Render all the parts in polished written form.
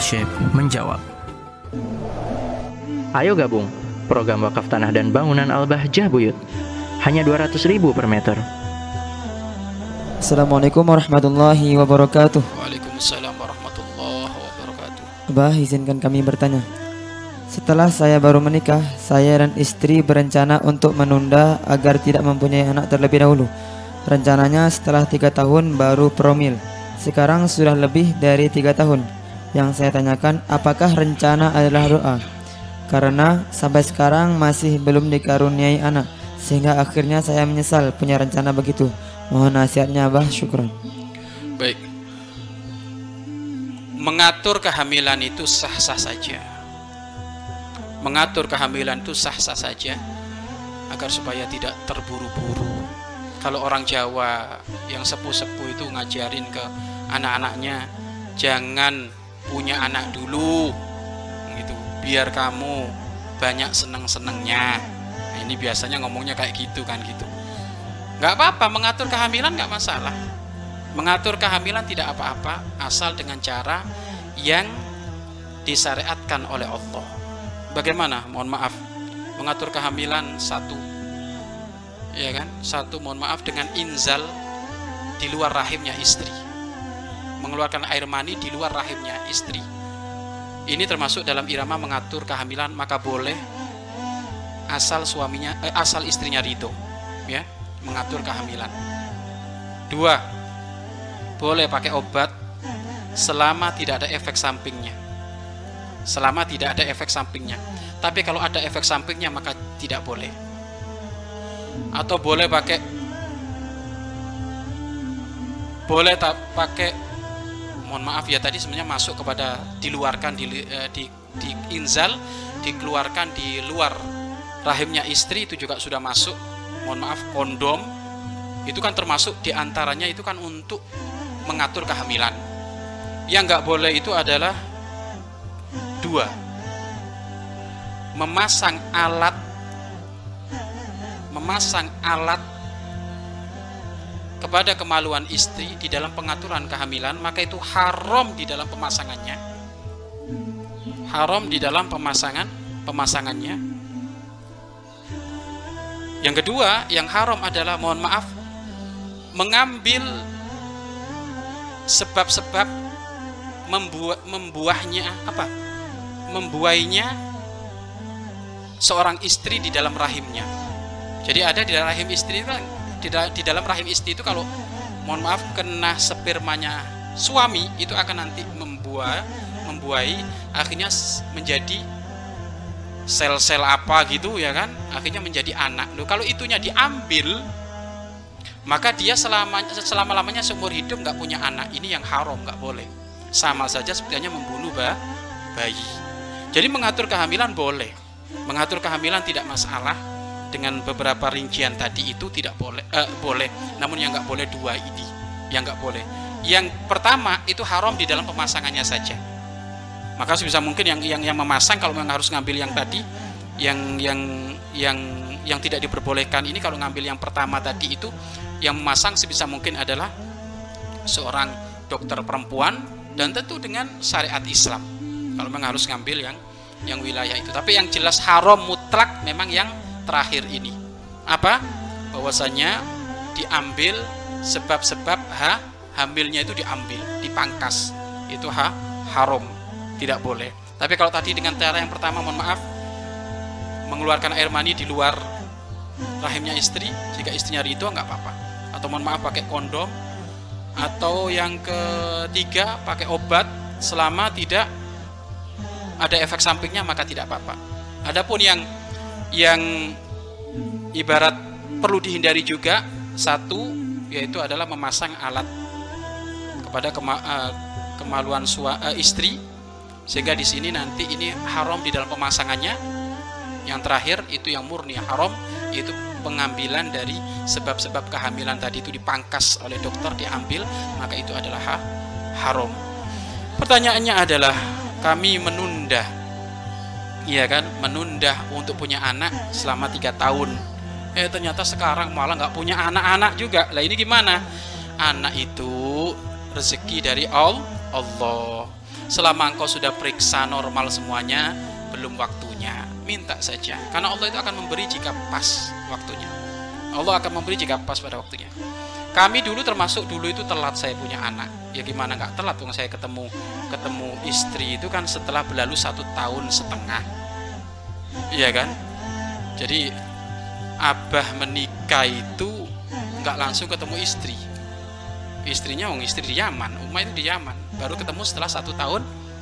Syekh menjawab. Ayo gabung program wakaf tanah dan bangunan Al-Bahjah Buyut. Hanya 200.000 per meter. Assalamualaikum warahmatullahi wabarakatuh. Waalaikumsalam warahmatullahi wabarakatuh. Abah, izinkan kami bertanya. Setelah saya baru menikah, saya dan istri berencana untuk menunda agar tidak mempunyai anak terlebih dahulu. Rencananya setelah 3 tahun baru promil. Sekarang sudah lebih dari 3 tahun. Yang saya tanyakan, apakah rencana adalah doa? Karena sampai sekarang masih belum dikaruniai anak, sehingga akhirnya saya menyesal punya rencana begitu. Mohon nasihatnya, Abah. Syukran. Baik. Mengatur kehamilan itu sah-sah saja. Mengatur kehamilan itu sah-sah saja agar supaya tidak terburu-buru. Kalau orang Jawa yang sepuh-sepuh itu ngajarin ke anak-anaknya, jangan punya anak dulu gitu, biar kamu banyak seneng-senengnya. Nah, ini biasanya ngomongnya kayak gitu kan gitu. Nggak apa-apa, mengatur kehamilan nggak masalah. Mengatur kehamilan tidak apa-apa, asal dengan cara yang disyariatkan oleh Allah. Bagaimana? Mohon maaf, mengatur kehamilan satu, ya kan? Satu, mohon maaf, dengan inzal di luar rahimnya istri, mengeluarkan air mani di luar rahimnya istri. Ini termasuk dalam irama mengatur kehamilan, maka boleh asal suaminya, asal istrinya ridho, ya, mengatur kehamilan. 2, boleh pakai obat selama tidak ada efek sampingnya. Selama tidak ada efek sampingnya. Tapi kalau ada efek sampingnya maka tidak boleh. Atau boleh pakai, mohon maaf ya, tadi sebenarnya masuk kepada diluarkan, di inzal, dikeluarkan di luar rahimnya istri, itu juga sudah masuk. Mohon maaf, kondom itu kan termasuk diantaranya, itu kan untuk mengatur kehamilan. Yang nggak boleh itu adalah 2, memasang alat kepada kemaluan istri di dalam pengaturan kehamilan, maka itu haram di dalam pemasangannya. Haram di dalam pemasangannya. Yang kedua, yang haram adalah, mohon maaf, mengambil sebab-sebab membuainya seorang istri di dalam rahimnya. Jadi ada di dalam rahim istri itu, di dalam rahim istri itu kalau mohon maaf kena spermanya suami, itu akan nanti membuai akhirnya menjadi sel-sel apa gitu, ya kan, akhirnya menjadi anak. Loh, kalau itunya diambil, maka dia selama-lamanya seumur hidup nggak punya anak. Ini yang haram, nggak boleh. Sama saja sepertinya membunuh bayi. Jadi mengatur kehamilan boleh, mengatur kehamilan tidak masalah. Dengan beberapa rincian tadi itu tidak boleh, boleh. Namun yang nggak boleh 2 ini, yang nggak boleh. Yang pertama itu haram di dalam pemasangannya saja. Maka sebisa mungkin yang memasang, kalau memang harus ngambil yang tadi, yang tidak diperbolehkan ini, kalau ngambil yang pertama tadi itu, yang memasang sebisa mungkin adalah seorang dokter perempuan, dan tentu dengan syariat Islam. Kalau memang harus ngambil yang wilayah itu. Tapi yang jelas haram mutlak memang yang terakhir ini. Apa? Bahwasanya diambil sebab-sebab hamilnya itu diambil, dipangkas. Itu haram, tidak boleh. Tapi kalau tadi dengan cara yang pertama, mohon maaf, mengeluarkan air mani di luar rahimnya istri, jika istrinya ridho nggak apa-apa. Atau mohon maaf pakai kondom. Atau yang ketiga pakai obat selama tidak ada efek sampingnya, maka tidak apa-apa. Adapun yang ibarat perlu dihindari juga, satu, yaitu adalah memasang alat kepada kemaluan istri, sehingga di sini nanti ini haram di dalam pemasangannya. Yang terakhir itu yang murni haram, yaitu pengambilan dari sebab-sebab kehamilan tadi itu dipangkas oleh dokter, diambil, maka itu adalah haram. Pertanyaannya adalah, kami menunda, iya kan, menunda untuk punya anak selama 3 tahun. Ternyata sekarang malah nggak punya anak-anak juga. Lah ini gimana? Anak itu rezeki dari Allah. selama engkau sudah periksa normal semuanya, belum waktunya, minta saja. Karena Allah itu akan memberi jika pas waktunya. Allah akan memberi jika pas pada waktunya. Kami dulu termasuk dulu itu telat saya punya anak. Ya gimana nggak telat, dong saya ketemu istri itu kan setelah berlalu 1,5 tahun. Iya kan? Jadi abah menikah itu nggak langsung ketemu istri. Istrinya istri di Yaman, Umma itu di Yaman. Baru ketemu setelah 1,5 tahun.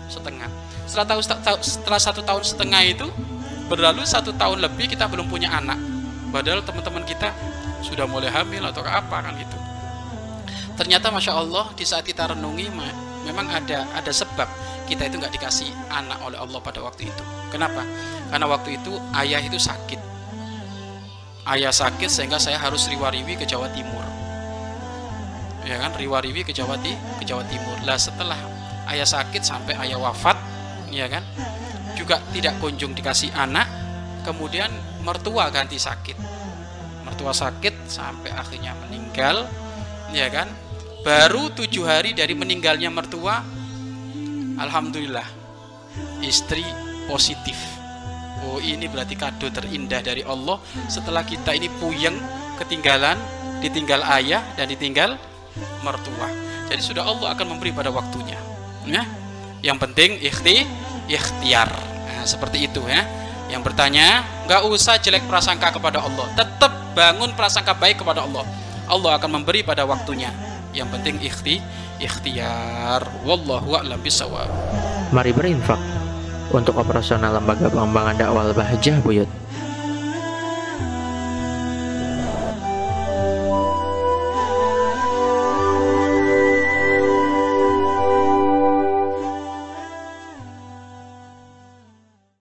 Setelah 1,5 tahun itu berlalu 1 tahun lebih kita belum punya anak. Padahal teman-teman kita sudah mulai hamil atau apa kan gitu. Ternyata Masya Allah di saat kita renungi memang ada sebab kita itu nggak dikasih anak oleh Allah pada waktu itu. Kenapa? Karena waktu itu ayah itu sakit. Ayah sakit sehingga saya harus riwariwi ke Jawa Timur. Ya kan, riwariwi ke Jawa Timur. Lah setelah ayah sakit sampai ayah wafat, ya kan, juga tidak kunjung dikasih anak. Kemudian mertua ganti sakit. Mertua sakit sampai akhirnya meninggal, ya kan. Baru 7 hari dari meninggalnya mertua, alhamdulillah istri positif. Oh, ini berarti kado terindah dari Allah setelah kita ini puyeng, ditinggal ayah dan ditinggal mertua. Jadi sudah Allah akan memberi pada waktunya. Ya. Yang penting ikhtiar. Nah, seperti itu ya. Yang bertanya, nggak usah jelek prasangka kepada Allah. Tetap bangun prasangka baik kepada Allah. Allah akan memberi pada waktunya. Yang penting ikhtiar. Wallahu a'lam bishawab. Mari berinfak untuk operasional lembaga pengembangan dakwah Al-Bahjah Buyut.